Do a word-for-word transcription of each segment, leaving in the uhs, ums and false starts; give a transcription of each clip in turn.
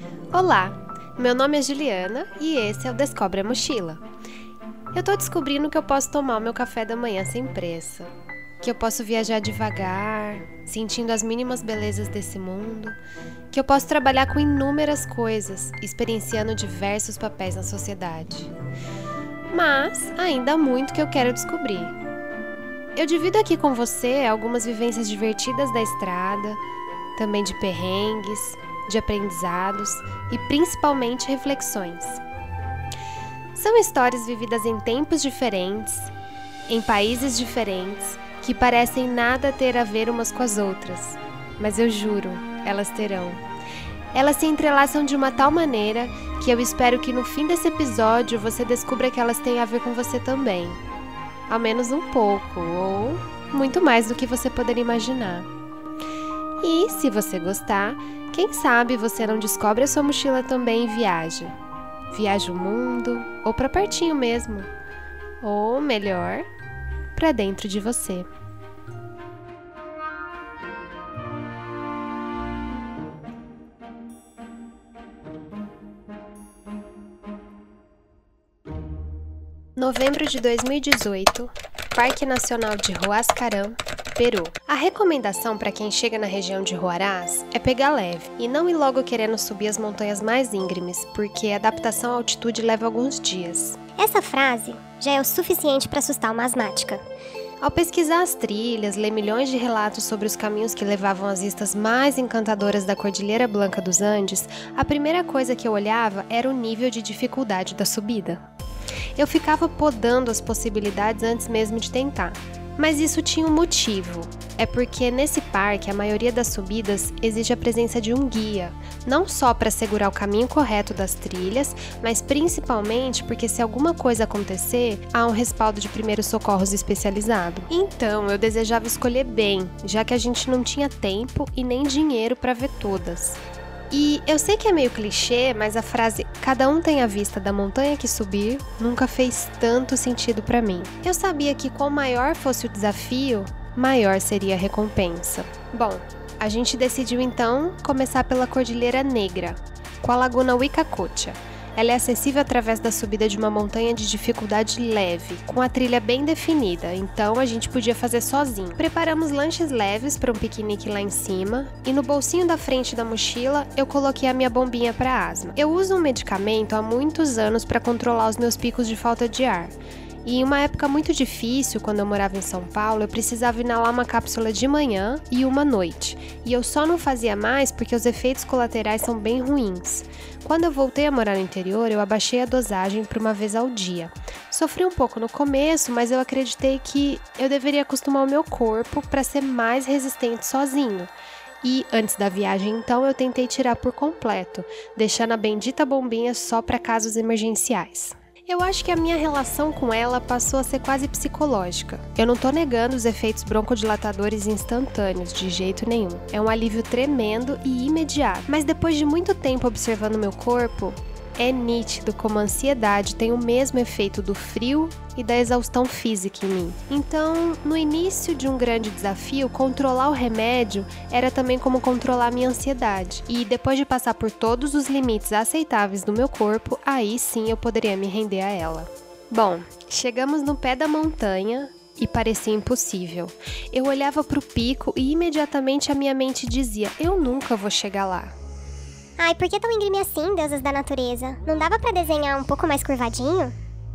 Olá, meu nome é Juliana e esse é o Descobre a Mochila. Eu tô descobrindo que eu posso tomar o meu café da manhã sem pressa, que eu posso viajar devagar, sentindo as mínimas belezas desse mundo, que eu posso trabalhar com inúmeras coisas, experienciando diversos papéis na sociedade. Mas ainda há muito que eu quero descobrir. Eu divido aqui com você algumas vivências divertidas da estrada, também de perrengues, de aprendizados e principalmente reflexões. São histórias vividas em tempos diferentes, em países diferentes, que parecem nada ter a ver umas com as outras, mas eu juro, elas terão. Elas se entrelaçam de uma tal maneira que eu espero que no fim desse episódio você descubra que elas têm a ver com você também. Ao menos um pouco, ou muito mais do que você poderia imaginar. E, se você gostar, quem sabe você não descobre a sua mochila também e viaja. Viaja o mundo, ou para pertinho mesmo. Ou, melhor, para dentro de você. Novembro de dois mil e dezoito, Parque Nacional de Huascarán, Peru. A recomendação para quem chega na região de Huaraz é pegar leve e não ir logo querendo subir as montanhas mais íngremes, porque a adaptação à altitude leva alguns dias. Essa frase já é o suficiente para assustar uma asmática. Ao pesquisar as trilhas, ler milhões de relatos sobre os caminhos que levavam às vistas mais encantadoras da Cordilheira Blanca dos Andes, a primeira coisa que eu olhava era o nível de dificuldade da subida. Eu ficava podando as possibilidades antes mesmo de tentar. Mas isso tinha um motivo. É porque nesse parque a maioria das subidas exige a presença de um guia, não só para assegurar o caminho correto das trilhas, mas principalmente porque se alguma coisa acontecer, há um respaldo de primeiros socorros especializado. Então eu desejava escolher bem, já que a gente não tinha tempo e nem dinheiro para ver todas. E eu sei que é meio clichê, mas a frase "cada um tem a vista da montanha que subir" nunca fez tanto sentido pra mim. Eu sabia que quanto maior fosse o desafio, maior seria a recompensa. Bom, a gente decidiu então começar pela Cordilheira Negra, com a Laguna Huicacocha. Ela é acessível através da subida de uma montanha de dificuldade leve, com a trilha bem definida, então a gente podia fazer sozinho. Preparamos lanches leves para um piquenique lá em cima, e no bolsinho da frente da mochila eu coloquei a minha bombinha para asma. Eu uso um medicamento há muitos anos para controlar os meus picos de falta de ar. E em uma época muito difícil, quando eu morava em São Paulo, eu precisava inalar uma cápsula de manhã e uma à noite. E eu só não fazia mais porque os efeitos colaterais são bem ruins. Quando eu voltei a morar no interior, eu abaixei a dosagem para uma vez ao dia. Sofri um pouco no começo, mas eu acreditei que eu deveria acostumar o meu corpo para ser mais resistente sozinho. E antes da viagem, então, eu tentei tirar por completo, deixando a bendita bombinha só para casos emergenciais. Eu acho que a minha relação com ela passou a ser quase psicológica. Eu não tô negando os efeitos broncodilatadores instantâneos, de jeito nenhum. É um alívio tremendo e imediato. Mas depois de muito tempo observando meu corpo, é nítido como a ansiedade tem o mesmo efeito do frio e da exaustão física em mim. Então, no início de um grande desafio, controlar o remédio era também como controlar a minha ansiedade. E depois de passar por todos os limites aceitáveis do meu corpo, aí sim eu poderia me render a ela. Bom, chegamos no pé da montanha e parecia impossível. Eu olhava para o pico e imediatamente a minha mente dizia: eu nunca vou chegar lá. Ai, por que tão íngreme assim, deusas da natureza? Não dava pra desenhar um pouco mais curvadinho?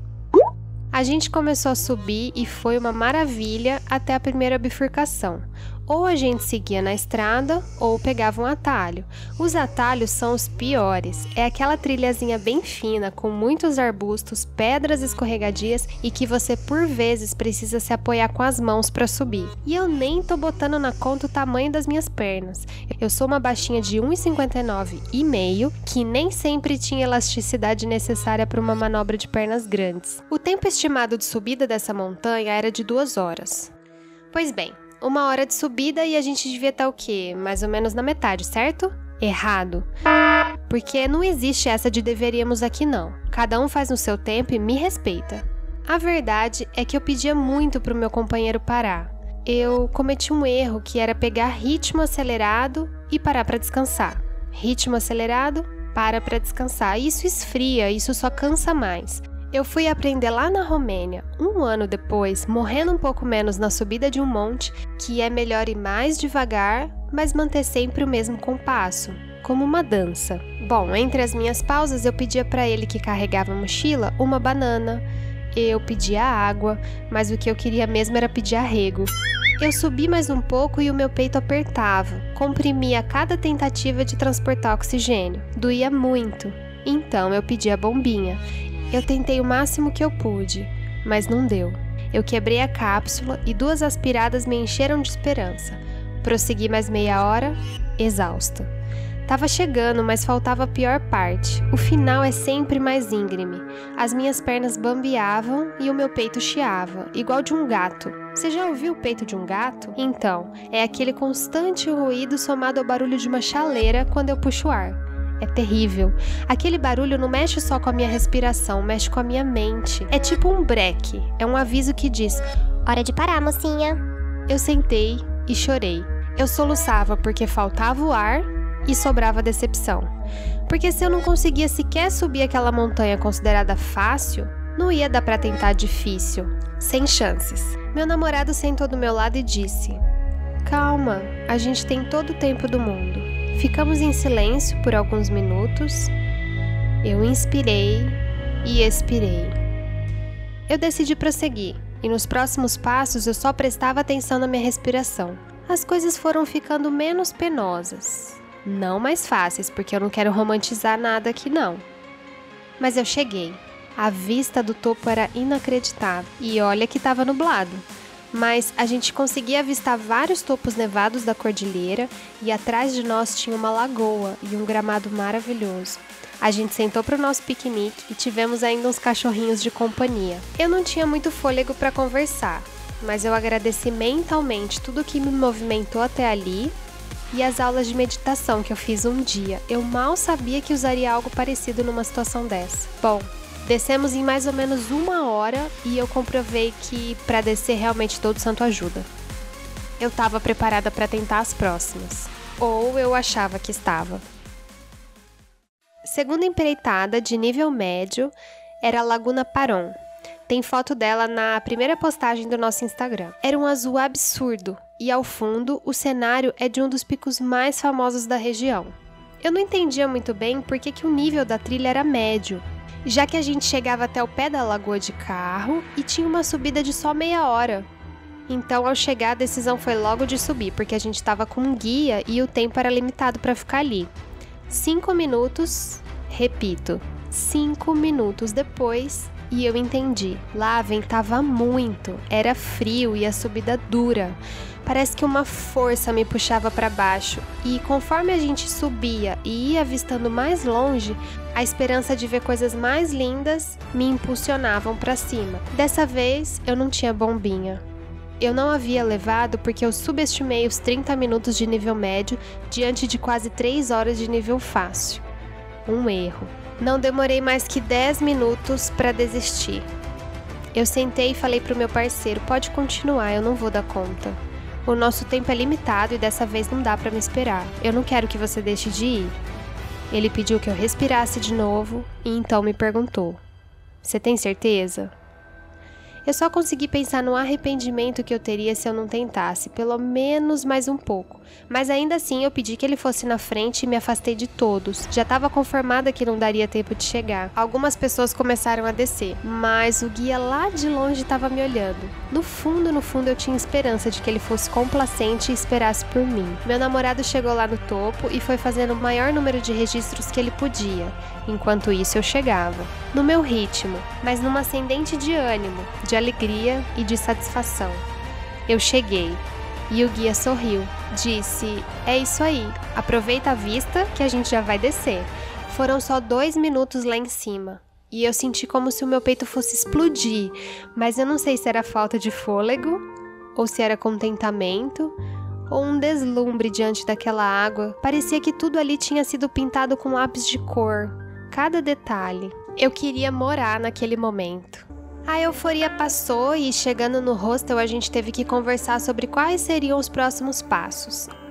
A gente começou a subir e foi uma maravilha até a primeira bifurcação. Ou a gente seguia na estrada ou pegava um atalho. Os atalhos são os piores. É aquela trilhazinha bem fina, com muitos arbustos, pedras escorregadias e que você por vezes precisa se apoiar com as mãos para subir. E eu nem tô botando na conta o tamanho das minhas pernas. Eu sou uma baixinha de um e cinquenta e nove e meio, que nem sempre tinha elasticidade necessária para uma manobra de pernas grandes. O tempo estimado de subida dessa montanha era de duas horas. Pois bem, uma hora de subida e a gente devia estar o quê? Mais ou menos na metade, certo? Errado. Porque não existe essa de deveríamos aqui não. Cada um faz no seu tempo e me respeita. A verdade é que eu pedia muito pro meu companheiro parar. Eu cometi um erro que era pegar ritmo acelerado e parar para descansar. Ritmo acelerado, para para descansar. Isso esfria, isso só cansa mais. Eu fui aprender lá na Romênia, um ano depois, morrendo um pouco menos na subida de um monte, que é melhor ir mais devagar, mas manter sempre o mesmo compasso, como uma dança. Bom, entre as minhas pausas eu pedia para ele que carregava a mochila uma banana, eu pedia água, mas o que eu queria mesmo era pedir arrego. Eu subi mais um pouco e o meu peito apertava, comprimia cada tentativa de transportar oxigênio, doía muito. Então eu pedi a bombinha. Eu tentei o máximo que eu pude, mas não deu. Eu quebrei a cápsula e duas aspiradas me encheram de esperança. Prossegui mais meia hora, exausta. Tava chegando, mas faltava a pior parte. O final é sempre mais íngreme. As minhas pernas bambeavam e o meu peito chiava, igual de um gato. Você já ouviu o peito de um gato? Então, é aquele constante ruído somado ao barulho de uma chaleira quando eu puxo o ar. É terrível. Aquele barulho não mexe só com a minha respiração, mexe com a minha mente. É tipo um breque. É um aviso que diz: hora de parar, mocinha. Eu sentei e chorei. Eu soluçava porque faltava o ar e sobrava decepção. Porque se eu não conseguia sequer subir aquela montanha considerada fácil, não ia dar pra tentar difícil. Sem chances. Meu namorado sentou do meu lado e disse: calma, a gente tem todo o tempo do mundo. Ficamos em silêncio por alguns minutos. Eu inspirei e expirei. Eu decidi prosseguir, e nos próximos passos eu só prestava atenção na minha respiração. As coisas foram ficando menos penosas. Não mais fáceis, porque eu não quero romantizar nada aqui não. Mas eu cheguei. A vista do topo era inacreditável. E olha que estava nublado. Mas a gente conseguia avistar vários topos nevados da cordilheira e atrás de nós tinha uma lagoa e um gramado maravilhoso. A gente sentou para o nosso piquenique e tivemos ainda uns cachorrinhos de companhia. Eu não tinha muito fôlego para conversar, mas eu agradeci mentalmente tudo que me movimentou até ali e as aulas de meditação que eu fiz um dia. Eu mal sabia que usaria algo parecido numa situação dessa. Bom, descemos em mais ou menos uma hora e eu comprovei que para descer realmente todo santo ajuda. Eu estava preparada para tentar as próximas. Ou eu achava que estava. Segunda empreitada, de nível médio, era a Laguna Parón. Tem foto dela na primeira postagem do nosso Instagram. Era um azul absurdo e ao fundo o cenário é de um dos picos mais famosos da região. Eu não entendia muito bem por que que o nível da trilha era médio, já que a gente chegava até o pé da lagoa de carro e tinha uma subida de só meia hora. Então, ao chegar, a decisão foi logo de subir, porque a gente estava com um guia e o tempo era limitado para ficar ali. Cinco minutos, repito, cinco minutos depois, e eu entendi. Lá ventava muito, era frio e a subida dura. Parece que uma força me puxava para baixo e conforme a gente subia e ia avistando mais longe, a esperança de ver coisas mais lindas me impulsionavam para cima. Dessa vez eu não tinha bombinha. Eu não havia levado porque eu subestimei os trinta minutos de nível médio diante de quase três horas de nível fácil. Um erro. Não demorei mais que dez minutos para desistir. Eu sentei e falei pro meu parceiro: pode continuar, eu não vou dar conta. O nosso tempo é limitado e dessa vez não dá para me esperar. Eu não quero que você deixe de ir. Ele pediu que eu respirasse de novo e então me perguntou: você tem certeza? Eu só consegui pensar no arrependimento que eu teria se eu não tentasse, pelo menos mais um pouco. Mas ainda assim eu pedi que ele fosse na frente e me afastei de todos. Já estava conformada que não daria tempo de chegar. Algumas pessoas começaram a descer, mas o guia lá de longe estava me olhando. No fundo, no fundo eu tinha esperança de que ele fosse complacente e esperasse por mim. Meu namorado chegou lá no topo e foi fazendo o maior número de registros que ele podia. Enquanto isso eu chegava, no meu ritmo, mas numa ascendente de ânimo, de alegria e de satisfação. Eu cheguei e o guia sorriu, disse: é isso aí, aproveita a vista que a gente já vai descer. Foram só dois minutos lá em cima e eu senti como se o meu peito fosse explodir, mas eu não sei se era falta de fôlego ou se era contentamento ou um deslumbre diante daquela água. Parecia que tudo ali tinha sido pintado com lápis de cor. Cada detalhe. Eu queria morar naquele momento. A euforia passou e, chegando no hostel, a gente teve que conversar sobre quais seriam os próximos passos.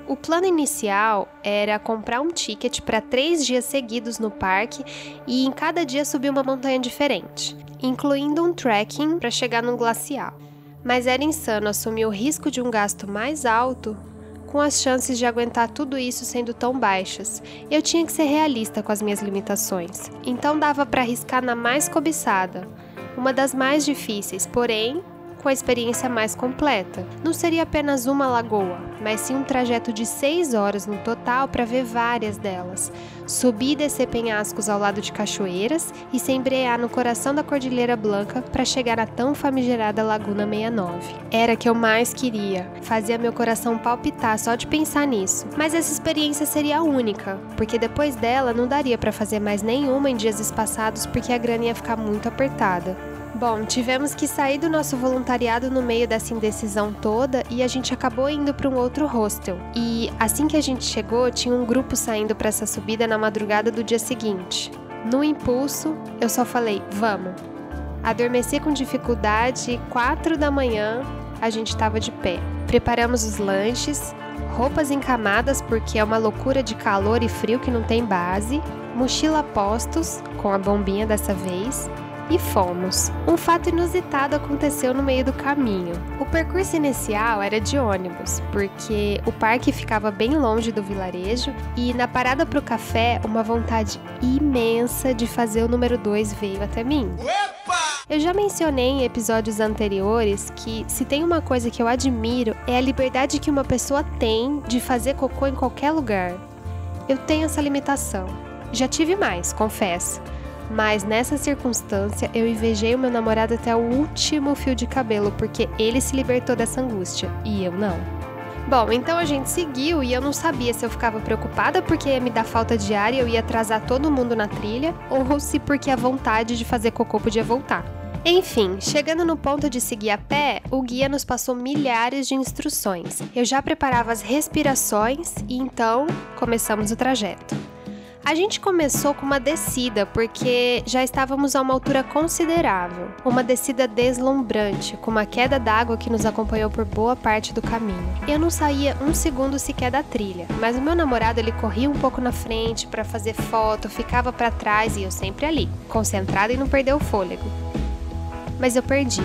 O plano inicial era comprar um ticket para três dias seguidos no parque e em cada dia subir uma montanha diferente, incluindo um trekking para chegar num glacial. Mas era insano assumir o risco de um gasto mais alto com as chances de aguentar tudo isso sendo tão baixas. Eu tinha que ser realista com as minhas limitações, então dava para arriscar na mais cobiçada, uma das mais difíceis, porém com a experiência mais completa. Não seria apenas uma lagoa, mas sim um trajeto de seis horas no total para ver várias delas. Subir e descer penhascos ao lado de cachoeiras e se embrear no coração da Cordilheira Blanca para chegar à tão famigerada Laguna sessenta e nove. Era a que eu mais queria. Fazia meu coração palpitar só de pensar nisso. Mas essa experiência seria a única, porque depois dela não daria para fazer mais nenhuma em dias espaçados porque a grana ia ficar muito apertada. Bom, tivemos que sair do nosso voluntariado no meio dessa indecisão toda e a gente acabou indo para um outro hostel. E assim que a gente chegou, tinha um grupo saindo para essa subida na madrugada do dia seguinte. No impulso, eu só falei, vamos. Adormeci com dificuldade e quatro da manhã a gente estava de pé. Preparamos os lanches, roupas encamadas porque é uma loucura de calor e frio que não tem base, mochila a postos, com a bombinha dessa vez, e fomos. Um fato inusitado aconteceu no meio do caminho. O percurso inicial era de ônibus, porque o parque ficava bem longe do vilarejo e na parada pro café, uma vontade imensa de fazer o número dois veio até mim. Eu já mencionei em episódios anteriores que se tem uma coisa que eu admiro é a liberdade que uma pessoa tem de fazer cocô em qualquer lugar. Eu tenho essa limitação. Já tive mais, confesso. Mas nessa circunstância eu invejei o meu namorado até o último fio de cabelo, porque ele se libertou dessa angústia e eu não. Bom, então a gente seguiu e eu não sabia se eu ficava preocupada porque ia me dar falta de ar e eu ia atrasar todo mundo na trilha, ou se porque a vontade de fazer cocô podia voltar. Enfim, chegando no ponto de seguir a pé, o guia nos passou milhares de instruções. Eu já preparava as respirações e então começamos o trajeto. A gente começou com uma descida, porque já estávamos a uma altura considerável. Uma descida deslumbrante, com uma queda d'água que nos acompanhou por boa parte do caminho. Eu não saía um segundo sequer da trilha, mas o meu namorado ele corria um pouco na frente para fazer foto, ficava para trás e eu sempre ali, concentrada em não perder o fôlego. Mas eu perdi.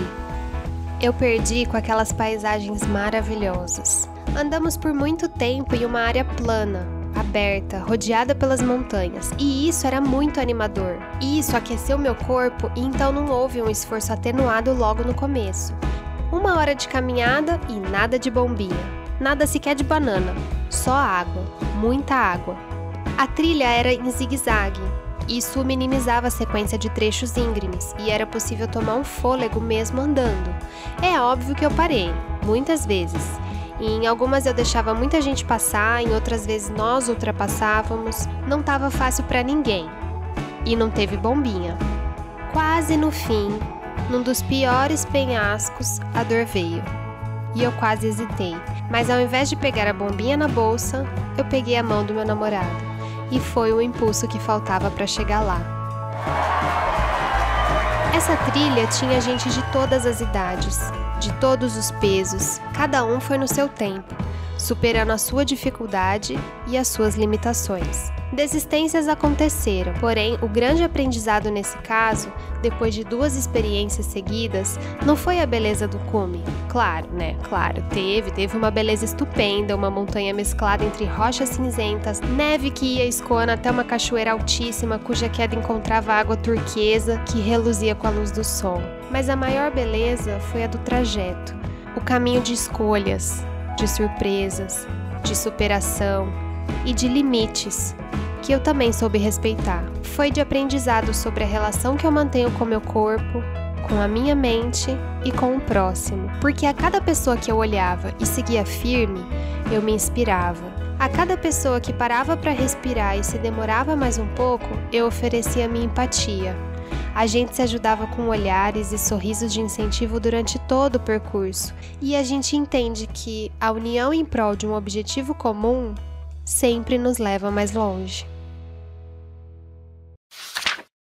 Eu perdi com aquelas paisagens maravilhosas. Andamos por muito tempo em uma área plana, aberta, rodeada pelas montanhas, e isso era muito animador. Isso aqueceu meu corpo e então não houve um esforço atenuado logo no começo. Uma hora de caminhada e nada de bombinha, nada sequer de banana, só água, muita água. A trilha era em zigue-zague, isso minimizava a sequência de trechos íngremes e era possível tomar um fôlego mesmo andando. É óbvio que eu parei, muitas vezes. Em algumas eu deixava muita gente passar, em outras vezes nós ultrapassávamos. Não estava fácil para ninguém. E não teve bombinha. Quase no fim, num dos piores penhascos, a dor veio. E eu quase hesitei. Mas ao invés de pegar a bombinha na bolsa, eu peguei a mão do meu namorado. E foi o impulso que faltava para chegar lá. Essa trilha tinha gente de todas as idades, de todos os pesos, cada um foi no seu tempo, superando a sua dificuldade e as suas limitações. Desistências aconteceram, porém o grande aprendizado nesse caso, depois de duas experiências seguidas, não foi a beleza do cume. Claro, né? Claro, teve, teve uma beleza estupenda, uma montanha mesclada entre rochas cinzentas, neve que ia escoando até uma cachoeira altíssima cuja queda encontrava água turquesa que reluzia com a luz do sol. Mas a maior beleza foi a do trajeto, o caminho de escolhas, de surpresas, de superação e de limites, que eu também soube respeitar. Foi de aprendizado sobre a relação que eu mantenho com meu corpo, com a minha mente e com o próximo. Porque a cada pessoa que eu olhava e seguia firme, eu me inspirava. A cada pessoa que parava para respirar e se demorava mais um pouco, eu oferecia minha empatia. A gente se ajudava com olhares e sorrisos de incentivo durante todo o percurso. E a gente entende que a união em prol de um objetivo comum sempre nos leva mais longe.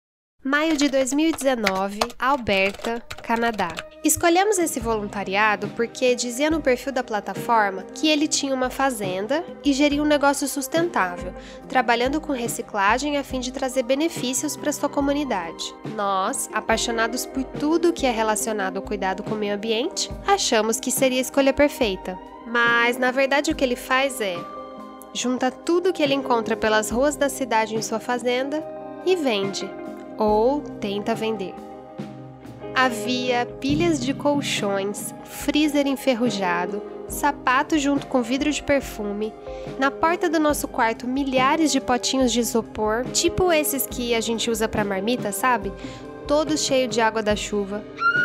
Maio de dois mil e dezenove, Alberta, Canadá. Escolhemos esse voluntariado porque dizia no perfil da plataforma que ele tinha uma fazenda e geria um negócio sustentável, trabalhando com reciclagem a fim de trazer benefícios para sua comunidade. Nós, apaixonados por tudo que é relacionado ao cuidado com o meio ambiente, achamos que seria a escolha perfeita. Mas, na verdade, o que ele faz é junta tudo que ele encontra pelas ruas da cidade em sua fazenda e vende, ou tenta vender. Havia pilhas de colchões, freezer enferrujado, sapato junto com vidro de perfume, na porta do nosso quarto milhares de potinhos de isopor, tipo esses que a gente usa para marmita, sabe? Todos cheios de água da chuva.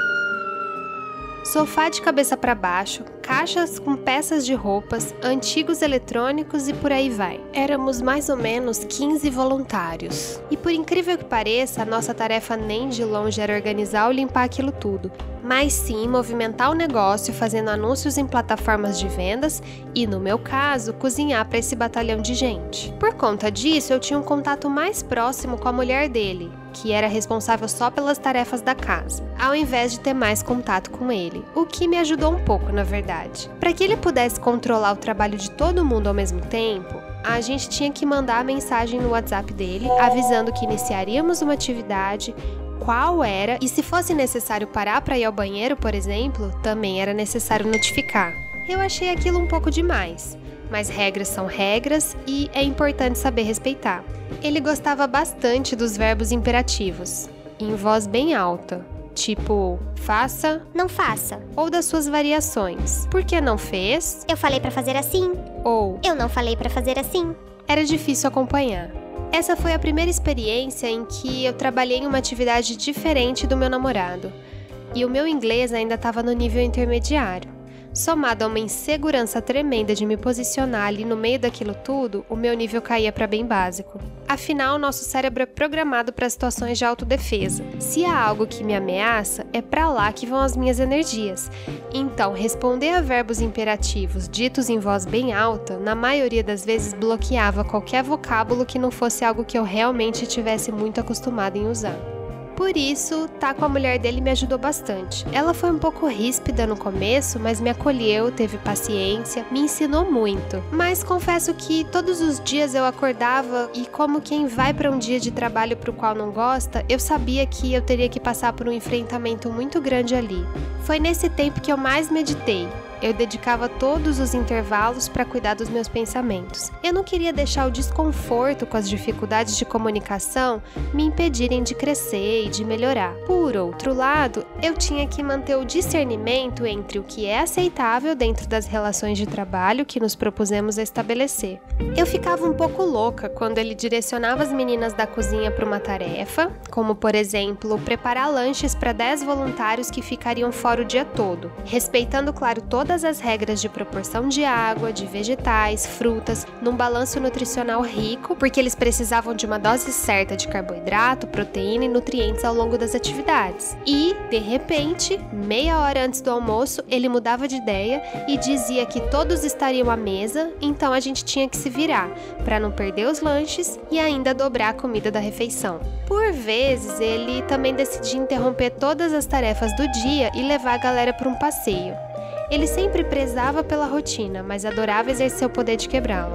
Sofá de cabeça para baixo, caixas com peças de roupas, antigos eletrônicos e por aí vai. Éramos mais ou menos quinze voluntários. E por incrível que pareça, a nossa tarefa nem de longe era organizar ou limpar aquilo tudo, mas sim movimentar o negócio fazendo anúncios em plataformas de vendas e, no meu caso, cozinhar para esse batalhão de gente. Por conta disso, eu tinha um contato mais próximo com a mulher dele, que era responsável só pelas tarefas da casa, ao invés de ter mais contato com ele, o que me ajudou um pouco, na verdade. Para que ele pudesse controlar o trabalho de todo mundo ao mesmo tempo, a gente tinha que mandar a mensagem no WhatsApp dele, avisando que iniciaríamos uma atividade, qual era, e se fosse necessário parar para ir ao banheiro, por exemplo, também era necessário notificar. Eu achei aquilo um pouco demais, mas regras são regras e é importante saber respeitar. Ele gostava bastante dos verbos imperativos, em voz bem alta, tipo faça, não faça, ou das suas variações. Por que não fez? Eu falei pra fazer assim, ou eu não falei pra fazer assim. Era difícil acompanhar. Essa foi a primeira experiência em que eu trabalhei em uma atividade diferente do meu namorado, e o meu inglês ainda estava no nível intermediário. Somado a uma insegurança tremenda de me posicionar ali no meio daquilo tudo, o meu nível caía para bem básico. Afinal, nosso cérebro é programado para situações de autodefesa. Se há algo que me ameaça, é para lá que vão as minhas energias. Então, responder a verbos imperativos ditos em voz bem alta, na maioria das vezes bloqueava qualquer vocábulo que não fosse algo que eu realmente estivesse muito acostumada em usar. Por isso, estar com a mulher dele me ajudou bastante. Ela foi um pouco ríspida no começo, mas me acolheu, teve paciência, me ensinou muito. Mas confesso que todos os dias eu acordava e, como quem vai para um dia de trabalho para o qual não gosta, eu sabia que eu teria que passar por um enfrentamento muito grande ali. Foi nesse tempo que eu mais meditei. Eu dedicava todos os intervalos para cuidar dos meus pensamentos. Eu não queria deixar o desconforto com as dificuldades de comunicação me impedirem de crescer e de melhorar. Por outro lado, eu tinha que manter o discernimento entre o que é aceitável dentro das relações de trabalho que nos propusemos a estabelecer. Eu ficava um pouco louca quando ele direcionava as meninas da cozinha para uma tarefa, como, por exemplo, preparar lanches para dez voluntários que ficariam fora o dia todo, respeitando, claro, toda todas as regras de proporção de água, de vegetais, frutas, num balanço nutricional rico, porque eles precisavam de uma dose certa de carboidrato, proteína e nutrientes ao longo das atividades. E, de repente, meia hora antes do almoço, ele mudava de ideia e dizia que todos estariam à mesa, então a gente tinha que se virar, para não perder os lanches e ainda dobrar a comida da refeição. Por vezes, ele também decidia interromper todas as tarefas do dia e levar a galera para um passeio. Ele sempre prezava pela rotina, mas adorava exercer o poder de quebrá-la.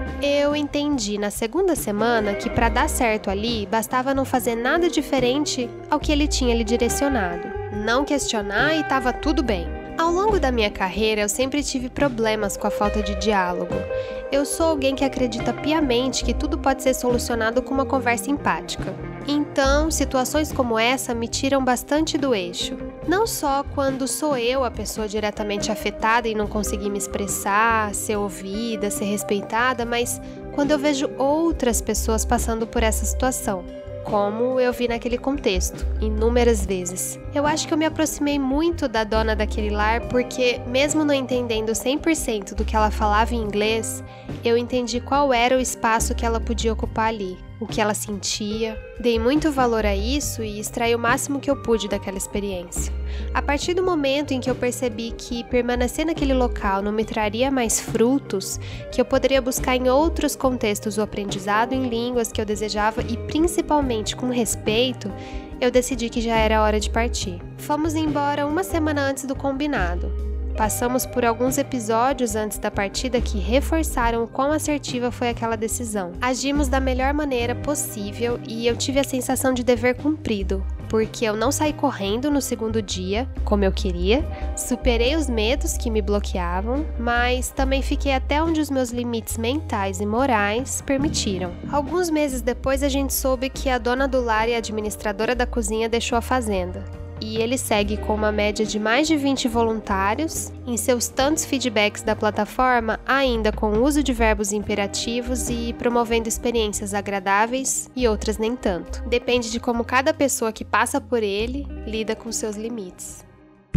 Eu entendi na segunda semana que para dar certo ali, bastava não fazer nada diferente ao que ele tinha lhe direcionado. Não questionar e estava tudo bem. Ao longo da minha carreira, eu sempre tive problemas com a falta de diálogo. Eu sou alguém que acredita piamente que tudo pode ser solucionado com uma conversa empática. Então, situações como essa me tiram bastante do eixo. Não só quando sou eu a pessoa diretamente afetada e não conseguir me expressar, ser ouvida, ser respeitada, mas quando eu vejo outras pessoas passando por essa situação, como eu vi naquele contexto, inúmeras vezes. Eu acho que eu me aproximei muito da dona daquele lar porque, mesmo não entendendo cem por cento do que ela falava em inglês, eu entendi qual era o espaço que ela podia ocupar ali, o que ela sentia. Dei muito valor a isso e extraí o máximo que eu pude daquela experiência. A partir do momento em que eu percebi que permanecer naquele local não me traria mais frutos, que eu poderia buscar em outros contextos o aprendizado em línguas que eu desejava e principalmente com respeito, eu decidi que já era hora de partir. Fomos embora uma semana antes do combinado. Passamos por alguns episódios antes da partida que reforçaram o quão assertiva foi aquela decisão. Agimos da melhor maneira possível e eu tive a sensação de dever cumprido, porque eu não saí correndo no segundo dia, como eu queria, superei os medos que me bloqueavam, mas também fiquei até onde os meus limites mentais e morais permitiram. Alguns meses depois a gente soube que a dona do lar e a administradora da cozinha deixou a fazenda. E ele segue com uma média de mais de vinte voluntários, em seus tantos feedbacks da plataforma, ainda com o uso de verbos imperativos e promovendo experiências agradáveis e outras nem tanto. Depende de como cada pessoa que passa por ele lida com seus limites.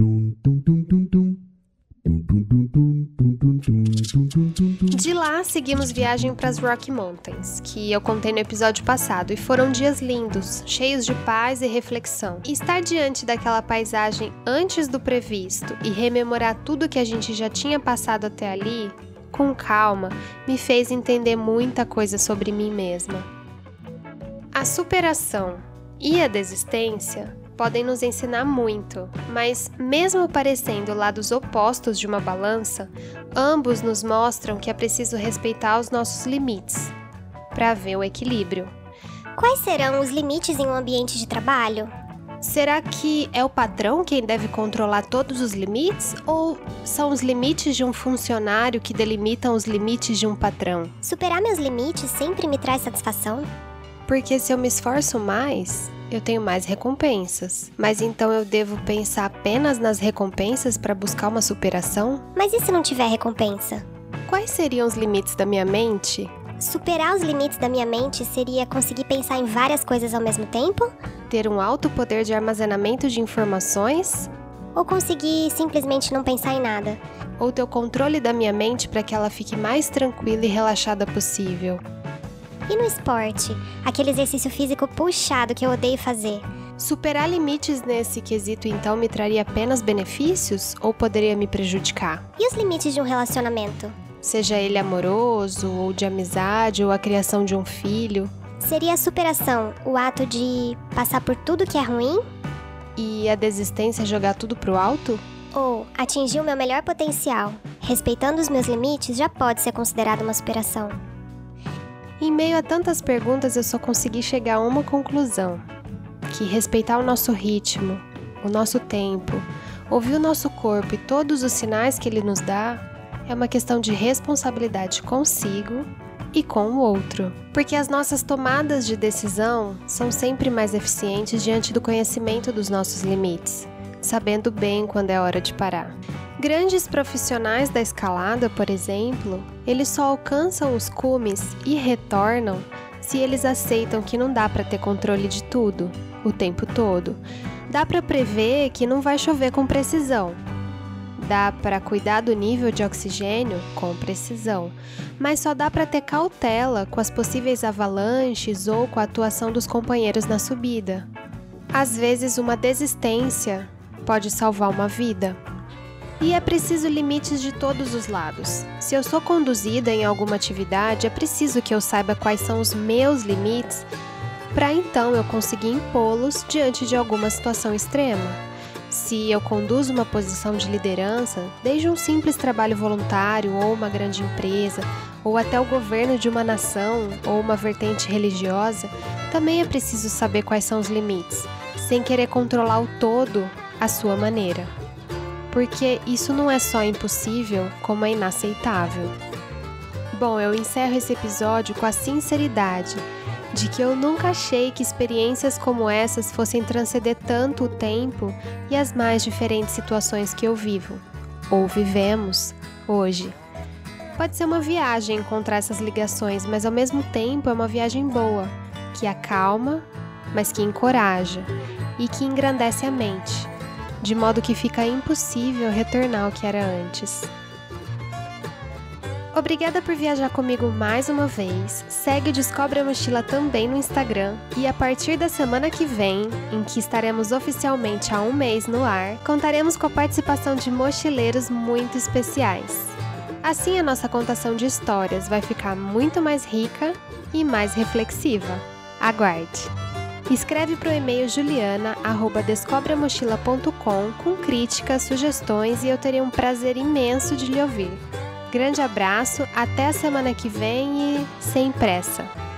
De lá, seguimos viagem para as Rocky Mountains, que eu contei no episódio passado, e foram dias lindos, cheios de paz e reflexão. E estar diante daquela paisagem antes do previsto e rememorar tudo que a gente já tinha passado até ali, com calma, me fez entender muita coisa sobre mim mesma. A superação e a desistência podem nos ensinar muito, mas mesmo parecendo lados opostos de uma balança, ambos nos mostram que é preciso respeitar os nossos limites, para ver o equilíbrio. Quais serão os limites em um ambiente de trabalho? Será que é o patrão quem deve controlar todos os limites? Ou são os limites de um funcionário que delimitam os limites de um patrão? Superar meus limites sempre me traz satisfação? Porque se eu me esforço mais, eu tenho mais recompensas. Mas então eu devo pensar apenas nas recompensas para buscar uma superação? Mas e se não tiver recompensa? Quais seriam os limites da minha mente? Superar os limites da minha mente seria conseguir pensar em várias coisas ao mesmo tempo? Ter um alto poder de armazenamento de informações? Ou conseguir simplesmente não pensar em nada? Ou ter o controle da minha mente para que ela fique mais tranquila e relaxada possível? E no esporte? Aquele exercício físico puxado que eu odeio fazer. Superar limites nesse quesito então me traria apenas benefícios ou poderia me prejudicar? E os limites de um relacionamento? Seja ele amoroso, ou de amizade, ou a criação de um filho. Seria a superação o ato de passar por tudo que é ruim? E a desistência jogar tudo pro alto? Ou atingir o meu melhor potencial, respeitando os meus limites, já pode ser considerado uma superação? Em meio a tantas perguntas, eu só consegui chegar a uma conclusão: que respeitar o nosso ritmo, o nosso tempo, ouvir o nosso corpo e todos os sinais que ele nos dá é uma questão de responsabilidade consigo e com o outro. Porque as nossas tomadas de decisão são sempre mais eficientes diante do conhecimento dos nossos limites, sabendo bem quando é hora de parar. Grandes profissionais da escalada, por exemplo, eles só alcançam os cumes e retornam se eles aceitam que não dá para ter controle de tudo, o tempo todo. Dá para prever que não vai chover com precisão. Dá para cuidar do nível de oxigênio com precisão, mas só dá para ter cautela com as possíveis avalanches ou com a atuação dos companheiros na subida. Às vezes, uma desistência pode salvar uma vida. E é preciso limites de todos os lados. Se eu sou conduzida em alguma atividade, é preciso que eu saiba quais são os meus limites para então eu conseguir impô-los diante de alguma situação extrema. Se eu conduzo uma posição de liderança, desde um simples trabalho voluntário ou uma grande empresa, ou até o governo de uma nação ou uma vertente religiosa, também é preciso saber quais são os limites, sem querer controlar o todo à sua maneira. Porque isso não é só impossível, como é inaceitável. Bom, eu encerro esse episódio com a sinceridade de que eu nunca achei que experiências como essas fossem transcender tanto o tempo e as mais diferentes situações que eu vivo, ou vivemos, hoje. Pode ser uma viagem encontrar essas ligações, mas ao mesmo tempo é uma viagem boa, que acalma, mas que encoraja e que engrandece a mente, de modo que fica impossível retornar ao que era antes. Obrigada por viajar comigo mais uma vez. Segue o Descobre a Mochila também no Instagram. E a partir da semana que vem, em que estaremos oficialmente há um mês no ar, contaremos com a participação de mochileiros muito especiais. Assim, a nossa contação de histórias vai ficar muito mais rica e mais reflexiva. Aguarde! Escreve para o e-mail juliana arroba descobre a mochila ponto com com críticas, sugestões e eu teria um prazer imenso de lhe ouvir. Grande abraço, até a semana que vem e sem pressa!